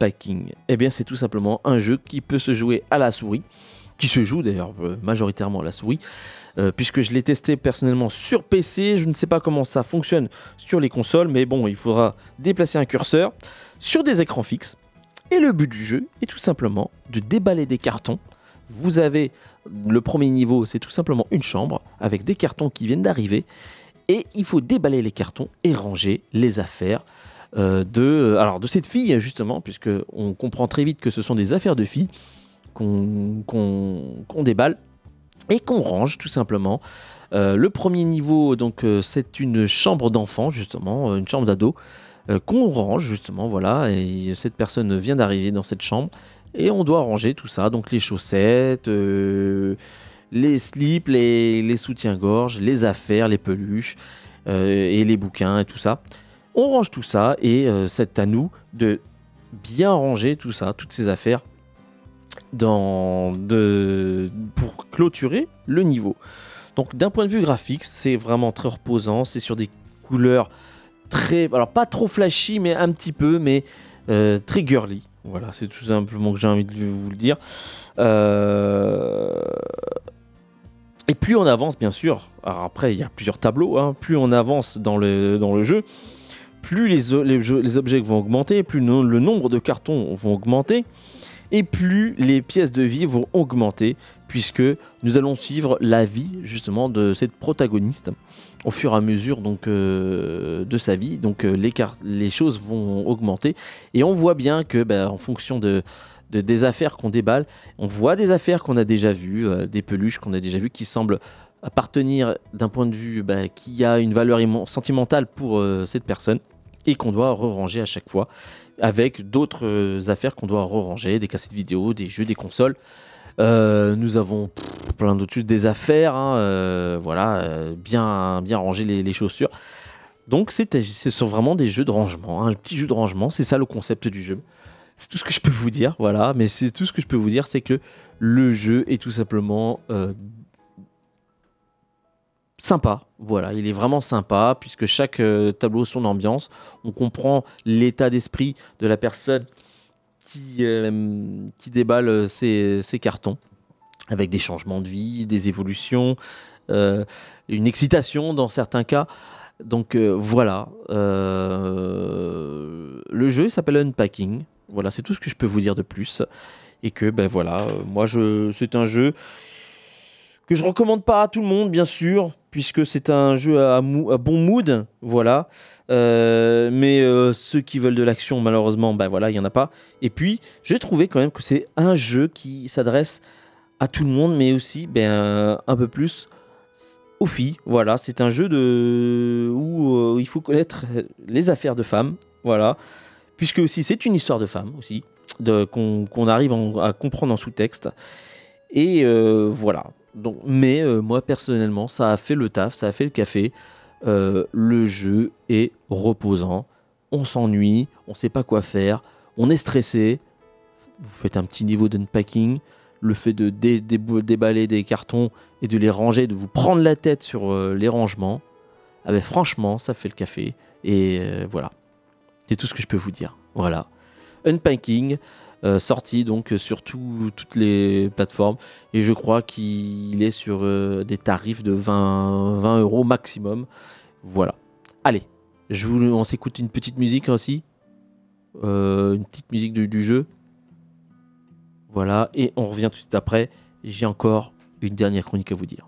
Eh bien c'est tout simplement un jeu qui peut se jouer à la souris, qui se joue d'ailleurs euh, majoritairement à la souris, euh, puisque je l'ai testé personnellement sur P C, je ne sais pas comment ça fonctionne sur les consoles, mais bon, il faudra déplacer un curseur sur des écrans fixes, et le but du jeu est tout simplement de déballer des cartons. Vous avez le premier niveau, c'est tout simplement une chambre avec des cartons qui viennent d'arriver, et il faut déballer les cartons et ranger les affaires euh, de, alors de cette fille justement, puisque on comprend très vite que ce sont des affaires de filles qu'on, qu'on, qu'on déballe et qu'on range tout simplement. Euh, le premier niveau, donc euh, c'est une chambre d'enfant justement, euh, une chambre d'ado euh, qu'on range justement, voilà, et cette personne vient d'arriver dans cette chambre et on doit ranger tout ça, donc les chaussettes, euh, les slips, les, les soutiens-gorge, les affaires, les peluches euh, et les bouquins et tout ça. On range tout ça et euh, c'est à nous de bien ranger tout ça, toutes ces affaires dans, de, pour clôturer le niveau. Donc d'un point de vue graphique, c'est vraiment très reposant, c'est sur des couleurs très, alors pas trop flashy, mais un petit peu, mais euh, très girly. Voilà, c'est tout simplement que j'ai envie de vous le dire. Euh... Et plus on avance, bien sûr, alors après il y a plusieurs tableaux, hein, plus on avance dans le, dans le jeu, plus les, les, les objets vont augmenter, plus no, le nombre de cartons vont augmenter, et plus les pièces de vie vont augmenter, puisque nous allons suivre la vie justement de cette protagoniste au fur et à mesure donc, euh, de sa vie. Donc euh, les, car- les choses vont augmenter, et on voit bien que bah, en fonction de, de, des affaires qu'on déballe, on voit des affaires qu'on a déjà vues, euh, des peluches qu'on a déjà vues qui semblent appartenir d'un point de vue bah, qui a une valeur immen- sentimentale pour euh, cette personne, et qu'on doit re-ranger à chaque fois, avec d'autres euh, affaires qu'on doit re-ranger, des cassettes vidéo, des jeux, des consoles. Euh, nous avons pff, plein d'autres choses, des affaires, hein, euh, voilà, euh, bien, bien ranger les, les chaussures. Donc c'est, ce sont vraiment des jeux de rangement, hein, un petit jeu de rangement, c'est ça le concept du jeu. C'est tout ce que je peux vous dire, voilà, mais c'est tout ce que je peux vous dire, c'est que le jeu est tout simplement euh, sympa, voilà, il est vraiment sympa, puisque chaque euh, tableau a son ambiance, on comprend l'état d'esprit de la personne qui, euh, qui déballe ses, ses cartons, avec des changements de vie, des évolutions, euh, une excitation dans certains cas. Donc euh, voilà, euh, le jeu s'appelle Unpacking, voilà, c'est tout ce que je peux vous dire de plus, et que ben voilà, euh, moi je, c'est un jeu que je recommande pas à tout le monde, bien sûr, puisque c'est un jeu à, mou- à bon mood, voilà. Euh, mais euh, ceux qui veulent de l'action, malheureusement, bah voilà, il y en a pas. Et puis, j'ai trouvé quand même que c'est un jeu qui s'adresse à tout le monde, mais aussi ben, un peu plus aux filles. Voilà, c'est un jeu de où euh, il faut connaître les affaires de femmes, voilà. Puisque aussi c'est une histoire de femmes aussi, de, qu'on, qu'on arrive en- à comprendre en sous-texte. Et euh, voilà. Donc, mais euh, moi personnellement, ça a fait le taf, ça a fait le café. Euh, le jeu est reposant. On s'ennuie, on sait pas quoi faire, on est stressé. Vous faites un petit niveau d'unpacking. Le fait de dé- dé- déballer des cartons et de les ranger, de vous prendre la tête sur euh, les rangements, ah ben, franchement, ça fait le café. Et euh, voilà. C'est tout ce que je peux vous dire. Voilà. Unpacking, euh, sorti donc sur tout- toutes les plateformes. Et je crois qu'il est sur euh, des tarifs de vingt, vingt euros maximum. Voilà. Allez, je vous, on s'écoute une petite musique aussi. Euh, une petite musique du, du jeu. Voilà. Et on revient tout de suite après. J'ai encore une dernière chronique à vous dire.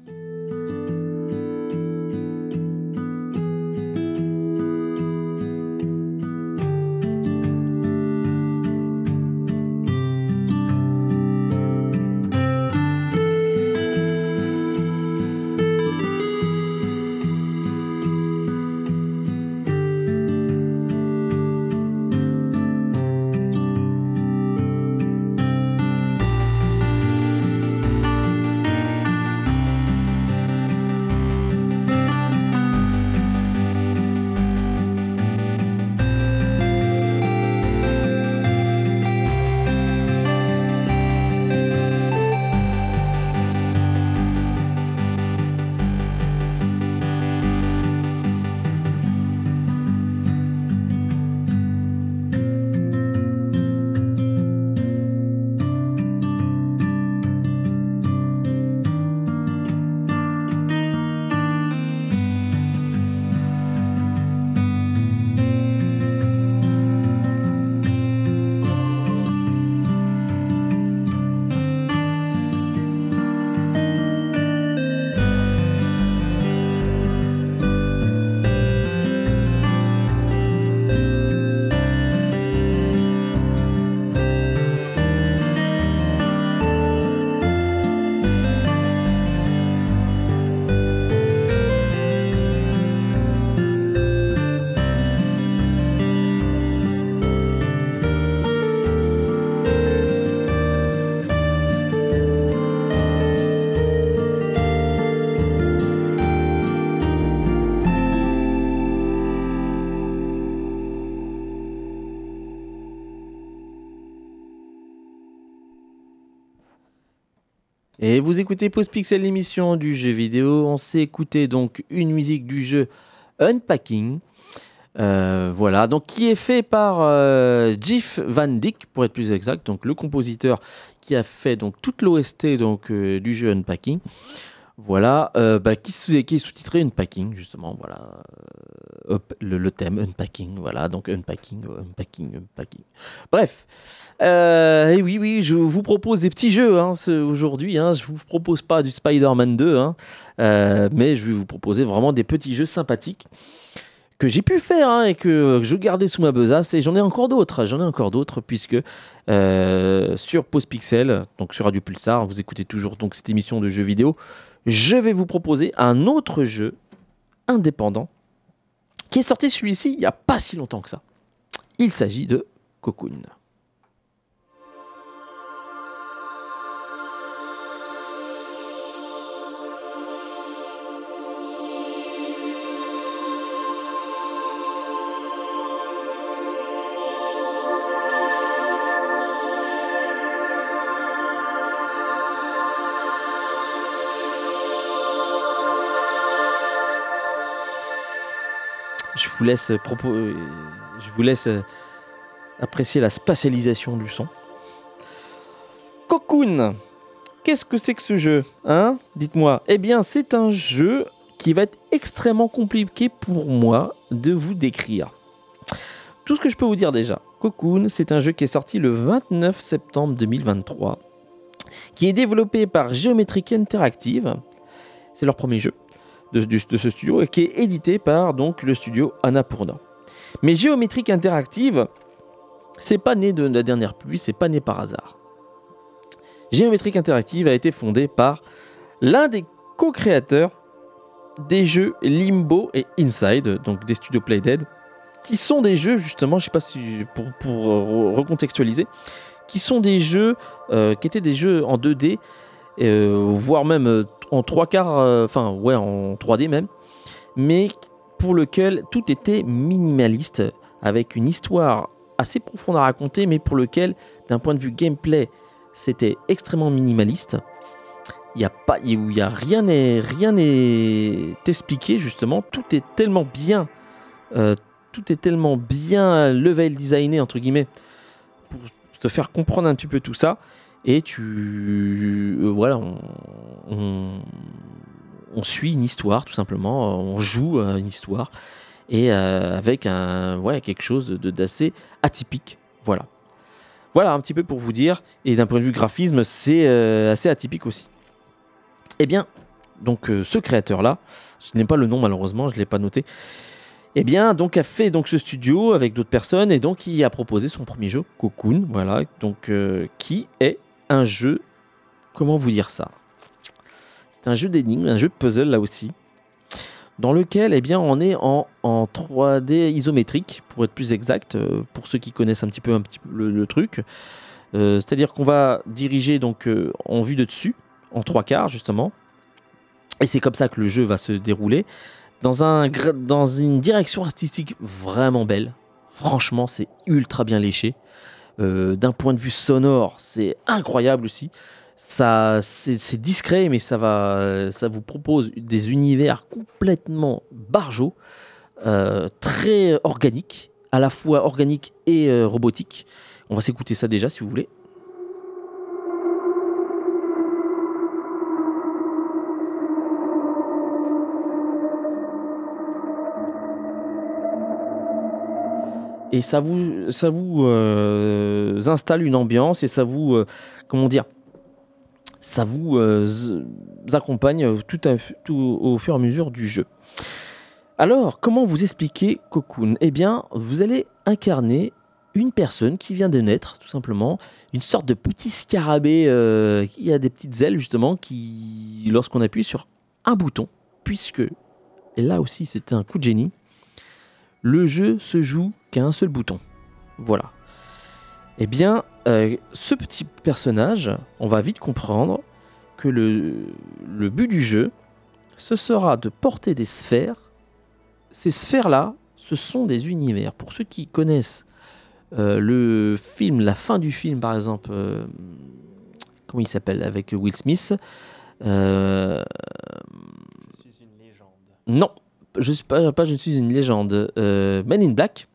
Et vous écoutez Pause Pixel, l'émission du jeu vidéo. On s'est écouté donc une musique du jeu Unpacking. Euh, voilà, donc qui est fait par euh, Jeff Van Dyck, pour être plus exact, donc le compositeur qui a fait donc toute l'O S T donc euh, du jeu Unpacking. Voilà, euh, bah, qui, sous- qui est sous-titré Unpacking justement. Voilà, euh, hop, le, le thème Unpacking. Voilà, donc Unpacking, Unpacking, Unpacking. Bref. Euh, et oui, oui, je vous propose des petits jeux hein, ce- aujourd'hui. Hein. Je vous propose pas du Spider-Man deux, hein, euh, mais je vais vous proposer vraiment des petits jeux sympathiques que j'ai pu faire hein, et que je gardais sous ma besace. Et j'en ai encore d'autres. J'en ai encore d'autres puisque euh, sur Pause Pixel, donc sur Radio Pulsar, vous écoutez toujours donc cette émission de jeux vidéo. Je vais vous proposer un autre jeu indépendant qui est sorti celui-ci il n'y a pas si longtemps que ça. Il s'agit de Cocoon. Je vous laisse, propos... je vous laisse apprécier la spatialisation du son. Cocoon, qu'est-ce que c'est que ce jeu hein Dites-moi. Eh bien, c'est un jeu qui va être extrêmement compliqué pour moi de vous décrire. Tout ce que je peux vous dire déjà. Cocoon, c'est un jeu qui est sorti le vingt-neuf septembre deux mille vingt-trois, qui est développé par Geometric Interactive. C'est leur premier jeu. de, de, de ce studio et qui est édité par donc, le studio Annapurna. Mais Géométrique Interactive, c'est pas né de la dernière pluie, c'est pas né par hasard. Géométrique Interactive a été fondée par l'un des co-créateurs des jeux Limbo et Inside, donc des studios Playdead, qui sont des jeux, justement, je sais pas si pour, pour recontextualiser, qui sont des jeux euh, qui étaient des jeux en deux D, euh, voire même en trois quarts, euh, enfin ouais, en trois D même, mais pour lequel tout était minimaliste, avec une histoire assez profonde à raconter, mais pour lequel, d'un point de vue gameplay, c'était extrêmement minimaliste. Il y a pas, il y a rien n'est rien n'est expliqué justement. Tout est tellement bien, euh, tout est tellement bien level designé entre guillemets pour te faire comprendre un petit peu tout ça. Et tu, euh, voilà, on, on, on suit une histoire tout simplement. On joue à une histoire et euh, avec un, ouais, quelque chose de, de, d'assez atypique. Voilà. Voilà un petit peu pour vous dire. Et d'un point de vue graphisme, c'est euh, assez atypique aussi. Eh bien, donc euh, ce créateur-là, je n'ai pas le nom malheureusement, je ne l'ai pas noté, eh bien, donc a fait donc ce studio avec d'autres personnes et donc il a proposé son premier jeu, Cocoon, voilà, donc euh, qui est un jeu, comment vous dire ça ? C'est un jeu d'énigmes, un jeu de puzzle là aussi, dans lequel eh bien on est en, en trois D isométrique, pour être plus exact, euh, pour ceux qui connaissent un petit peu, un petit peu le, le truc. Euh, c'est-à-dire qu'on va diriger donc euh, en vue de dessus, en trois quarts justement, et c'est comme ça que le jeu va se dérouler dans, un, dans une direction artistique vraiment belle. Franchement, c'est ultra bien léché. Euh, d'un point de vue sonore, c'est incroyable aussi. Ça, c'est, c'est discret, mais ça, va, ça vous propose des univers complètement barjots, euh, très organiques, à la fois organiques et euh, robotiques. On va s'écouter ça déjà si vous voulez. Et ça vous, ça vous euh, installe une ambiance et ça vous, euh, comment dire, ça vous euh, accompagne tout, à, tout au fur et à mesure du jeu. Alors, comment vous expliquer Cocoon ? Eh bien, vous allez incarner une personne qui vient de naître, tout simplement, une sorte de petit scarabée euh, qui a des petites ailes, justement, qui, lorsqu'on appuie sur un bouton, puisque, et là aussi c'était un coup de génie, le jeu se joue qu'à un seul bouton. Voilà. Eh bien, euh, ce petit personnage, on va vite comprendre que le, le but du jeu, ce sera de porter des sphères. Ces sphères-là, ce sont des univers. Pour ceux qui connaissent euh, le film, la fin du film, par exemple, euh, comment il s'appelle, avec Will Smith euh, Je suis une légende. Non. Je suis pas, pas je suis une légende. Euh, Men in Black,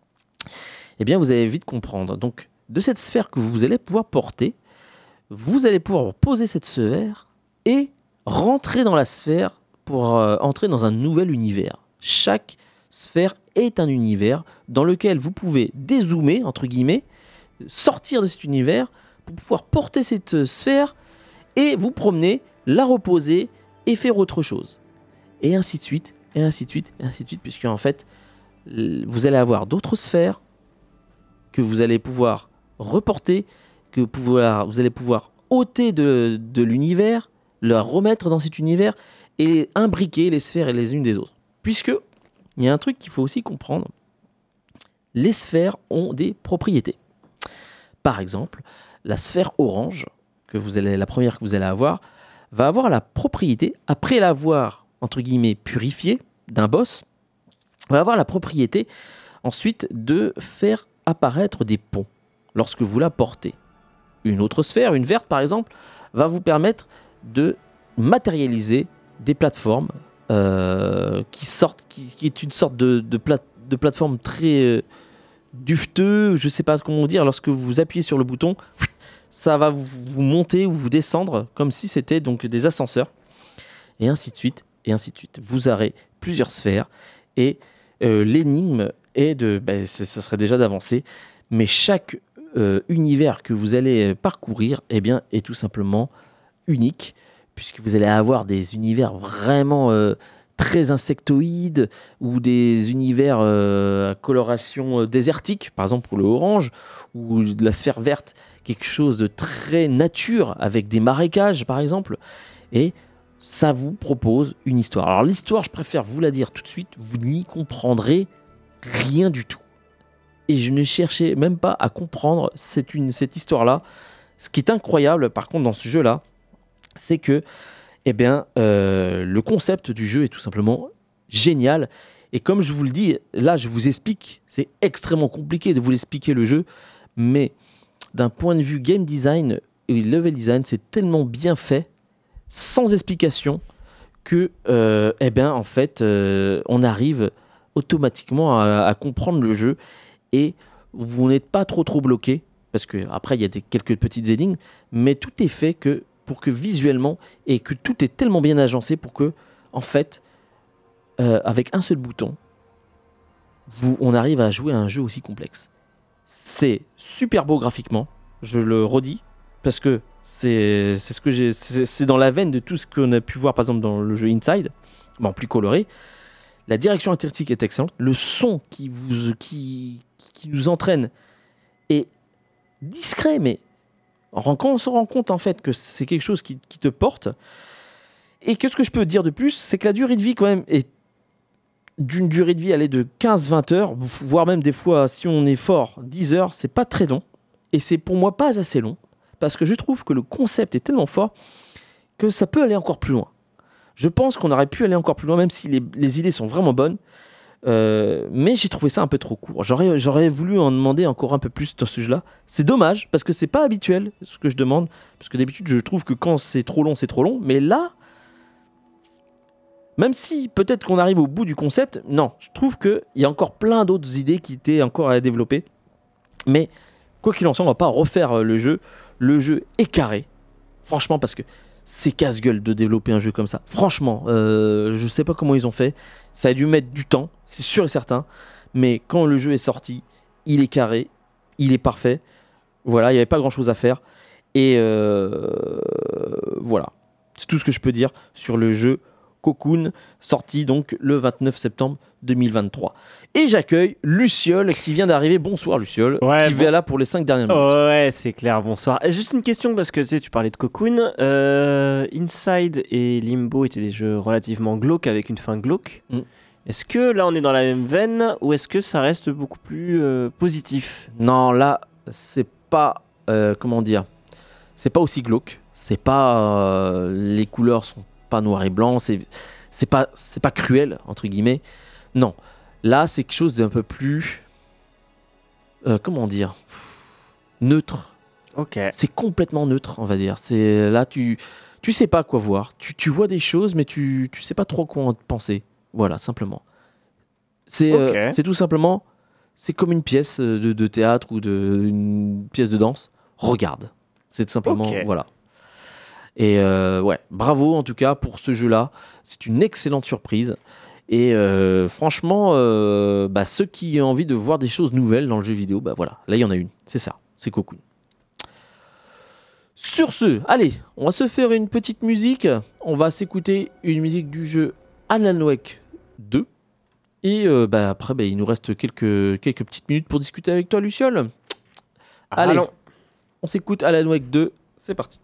eh bien, vous allez vite comprendre. Donc, de cette sphère que vous allez pouvoir porter, vous allez pouvoir poser cette sphère et rentrer dans la sphère pour euh, entrer dans un nouvel univers. Chaque sphère est un univers dans lequel vous pouvez dézoomer, entre guillemets, sortir de cet univers pour pouvoir porter cette sphère et vous promener, la reposer et faire autre chose. Et ainsi de suite. Et ainsi de suite, et ainsi de suite, puisque en fait, vous allez avoir d'autres sphères que vous allez pouvoir reporter, que pouvoir, vous allez pouvoir ôter de, de l'univers, la remettre dans cet univers et imbriquer les sphères les unes des autres. Puisque, il y a un truc qu'il faut aussi comprendre, les sphères ont des propriétés. Par exemple, la sphère orange, que vous allez, la première que vous allez avoir, va avoir la propriété, après l'avoir entre guillemets purifié d'un boss, va avoir la propriété ensuite de faire apparaître des ponts lorsque vous la portez. Une autre sphère, une verte par exemple, va vous permettre de matérialiser des plateformes euh, qui sortent, qui, qui est une sorte de, de, plate, de plateforme très euh, dufteux, je ne sais pas comment dire, lorsque vous appuyez sur le bouton, ça va vous, vous monter ou vous descendre comme si c'était donc des ascenseurs, et ainsi de suite. Et ainsi de suite. Vous aurez plusieurs sphères et euh, l'énigme est de, ben, ça serait déjà d'avancer, mais chaque euh, univers que vous allez parcourir, eh bien, est tout simplement unique, puisque vous allez avoir des univers vraiment euh, très insectoïdes ou des univers euh, à coloration euh, désertique, par exemple pour le orange, ou de la sphère verte, quelque chose de très nature avec des marécages par exemple, et ça vous propose une histoire. Alors l'histoire, je préfère vous la dire tout de suite, vous n'y comprendrez rien du tout. Et je ne cherchais même pas à comprendre cette, une, cette histoire-là. Ce qui est incroyable par contre dans ce jeu-là, c'est que eh bien, euh, le concept du jeu est tout simplement génial. Et comme je vous le dis, là, je vous explique, c'est extrêmement compliqué de vous l'expliquer le jeu, mais d'un point de vue game design et level design, c'est tellement bien fait, sans explication, que, euh, eh bien, en fait, euh, on arrive automatiquement à, à comprendre le jeu et vous n'êtes pas trop trop bloqué, parce qu'après, il y a des, quelques petites énigmes, mais tout est fait que pour que visuellement, et que tout est tellement bien agencé pour que, en fait, euh, avec un seul bouton, vous, on arrive à jouer à un jeu aussi complexe. C'est super beau graphiquement, je le redis, parce que c'est, c'est, ce que j'ai, c'est, c'est dans la veine de tout ce qu'on a pu voir, par exemple, dans le jeu Inside, mais en plus coloré. La direction artistique est excellente, le son qui, vous, qui, qui nous entraîne est discret, mais quand on se rend compte en fait que c'est quelque chose qui, qui te porte, et que ce que je peux dire de plus, c'est que la durée de vie quand même est d'une durée de vie, elle est de quinze à vingt heures, voire même des fois, si on est fort, dix heures, c'est pas très long, et c'est pour moi pas assez long, parce que je trouve que le concept est tellement fort que ça peut aller encore plus loin. Je pense qu'on aurait pu aller encore plus loin, même si les, les idées sont vraiment bonnes, Euh, mais j'ai trouvé ça un peu trop court. J'aurais, j'aurais voulu en demander encore un peu plus dans ce jeu-là. C'est dommage, parce que c'est pas habituel ce que je demande, parce que d'habitude je trouve que quand c'est trop long, c'est trop long, mais là, même si peut-être qu'on arrive au bout du concept, non, je trouve qu'il y a encore plein d'autres idées qui étaient encore à développer, mais quoi qu'il en soit, on va pas refaire le jeu. Le jeu est carré, franchement, parce que c'est casse-gueule de développer un jeu comme ça. Franchement, euh, je sais pas comment ils ont fait. Ça a dû mettre du temps, c'est sûr et certain. Mais quand le jeu est sorti, il est carré, il est parfait. Voilà, il n'y avait pas grand-chose à faire. Et euh, voilà, c'est tout ce que je peux dire sur le jeu Cocoon, sorti donc le vingt-neuf septembre deux mille vingt-trois. Et j'accueille Luciole qui vient d'arriver. Bonsoir Luciole, ouais, qui bon... va là pour les cinq dernières minutes. Ouais, c'est clair, bonsoir. Juste une question, parce que tu sais, tu parlais de Cocoon. Euh, Inside et Limbo étaient des jeux relativement glauques, avec une fin glauque. Mm. Est-ce que là, on est dans la même veine, ou est-ce que ça reste beaucoup plus euh, positif ? Non, là, c'est pas... Euh, comment dire ? C'est pas aussi glauque. C'est pas... Euh, les couleurs sont pas noir et blanc, c'est, c'est, pas, c'est pas cruel, entre guillemets. Non, là, c'est quelque chose d'un peu plus... Euh, comment dire ? Neutre. Ok. C'est complètement neutre, on va dire. C'est, là, tu, tu sais pas quoi voir. Tu, tu vois des choses, mais tu, tu sais pas trop quoi en penser. Voilà, simplement. C'est, okay. euh, c'est tout simplement... C'est comme une pièce de, de théâtre ou de, une pièce de danse. Regarde. C'est tout simplement... Okay. Voilà. Et euh, ouais, bravo en tout cas pour ce jeu-là. C'est une excellente surprise. Et euh, franchement, euh, bah, ceux qui ont envie de voir des choses nouvelles dans le jeu vidéo, bah voilà, là il y en a une. C'est ça, c'est Cocoon. Sur ce, allez, on va se faire une petite musique. On va s'écouter une musique du jeu Alan Wake deux. Et euh, bah, après, bah, il nous reste quelques, quelques petites minutes pour discuter avec toi, Luciole. Ah, allez, allons. On s'écoute Alan Wake deux. C'est parti.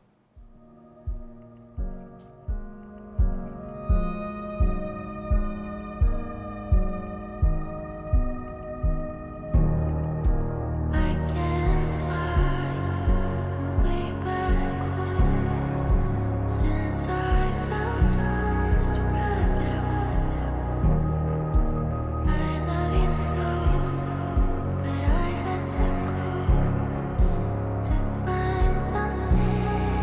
To find something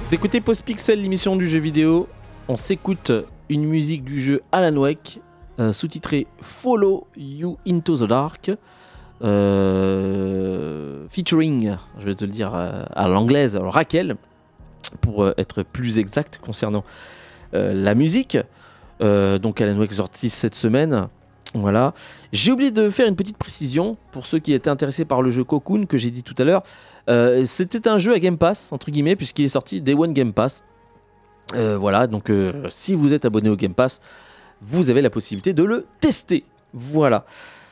Vous écoutez Pause Pixel, l'émission du jeu vidéo. On s'écoute une musique du jeu Alan Wake, euh, sous-titrée Follow You Into the Dark, euh, featuring, je vais te le dire euh, à l'anglaise, alors Raquel, pour euh, être plus exact concernant euh, la musique. Euh, donc Alan Wake sorti cette semaine. Voilà. J'ai oublié de faire une petite précision pour ceux qui étaient intéressés par le jeu Cocoon que j'ai dit tout à l'heure. Euh, c'était un jeu à Game Pass, entre guillemets, puisqu'il est sorti Day One Game Pass. Euh, voilà, donc euh, si vous êtes abonné au Game Pass, vous avez la possibilité de le tester. Voilà.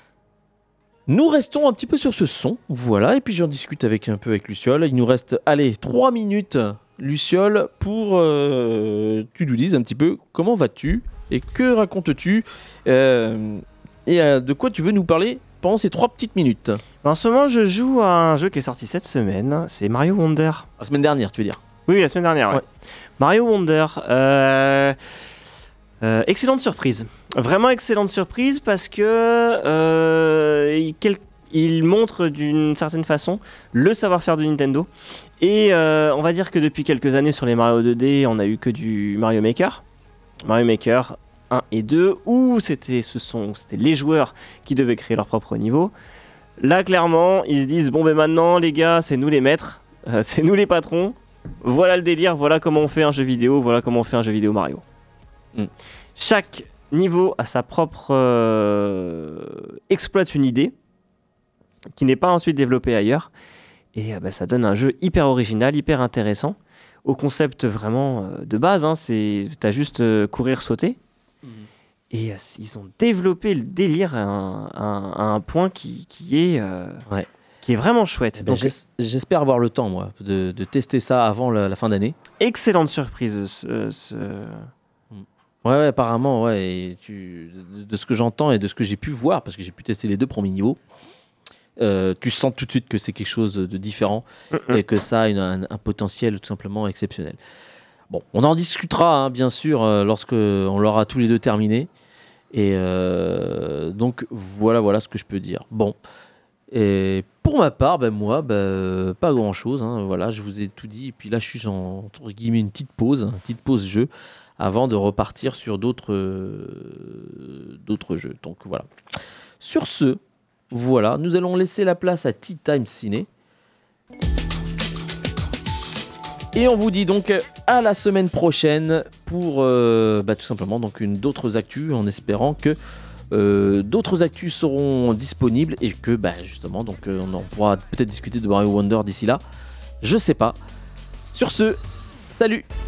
Nous restons un petit peu sur ce son, voilà, et puis j'en discute avec un peu avec Luciole. Il nous reste, allez, trois minutes, Luciole, pour euh, tu nous dises un petit peu comment vas-tu et que racontes-tu euh, et euh, de quoi tu veux nous parler pendant ces trois petites minutes. En ce moment, je joue à un jeu qui est sorti cette semaine, c'est Mario Wonder. La semaine dernière, tu veux dire? Oui, la semaine dernière, ouais. ouais. Mario Wonder, euh, euh, excellente surprise. Vraiment excellente surprise parce que euh, il, quel, il montre d'une certaine façon le savoir-faire de Nintendo. Et euh, on va dire que depuis quelques années sur les Mario deux D, on a eu que du Mario Maker. Mario Maker un et deux, où c'était, ce sont, c'était les joueurs qui devaient créer leur propre niveau. Là, clairement, ils se disent, bon ben maintenant les gars, c'est nous les maîtres, euh, c'est nous les patrons, voilà le délire, voilà comment on fait un jeu vidéo, voilà comment on fait un jeu vidéo Mario. Mm. Chaque niveau a sa propre... Euh, exploite une idée, qui n'est pas ensuite développée ailleurs, et euh, bah, ça donne un jeu hyper original, hyper intéressant, au concept vraiment euh, de base, hein, c'est, t'as juste euh, courir, sauter. Mmh. Et euh, ils ont développé le délire à un, à un, à un point qui, qui, est, euh, ouais. qui est vraiment chouette. Ben, Donc, j'es- j'espère avoir le temps, moi, de, de tester ça avant la, la fin d'année. Excellente surprise. Ce, ce... Ouais, ouais, apparemment, ouais. Et tu, de, de ce que j'entends et de ce que j'ai pu voir, parce que j'ai pu tester les deux premiers niveaux, Euh, tu sens tout de suite que c'est quelque chose de différent mmh. et que ça a une, un, un potentiel tout simplement exceptionnel. Bon, on en discutera hein, bien sûr euh, lorsque on l'aura tous les deux terminé. Et euh, donc voilà, voilà ce que je peux dire. Bon, et pour ma part, ben moi, ben, pas grand chose. Hein, voilà, je vous ai tout dit. Et puis là, je suis en entre guillemets une petite pause, une petite pause jeu, avant de repartir sur d'autres euh, d'autres jeux. Donc voilà. Sur ce. Voilà, nous allons laisser la place à Tea Time Ciné. Et on vous dit donc à la semaine prochaine pour euh, bah, tout simplement donc une d'autres actus, en espérant que euh, d'autres actus seront disponibles et que bah, justement donc euh, on pourra peut-être discuter de Mario Wonder d'ici là. Je sais pas. Sur ce, salut.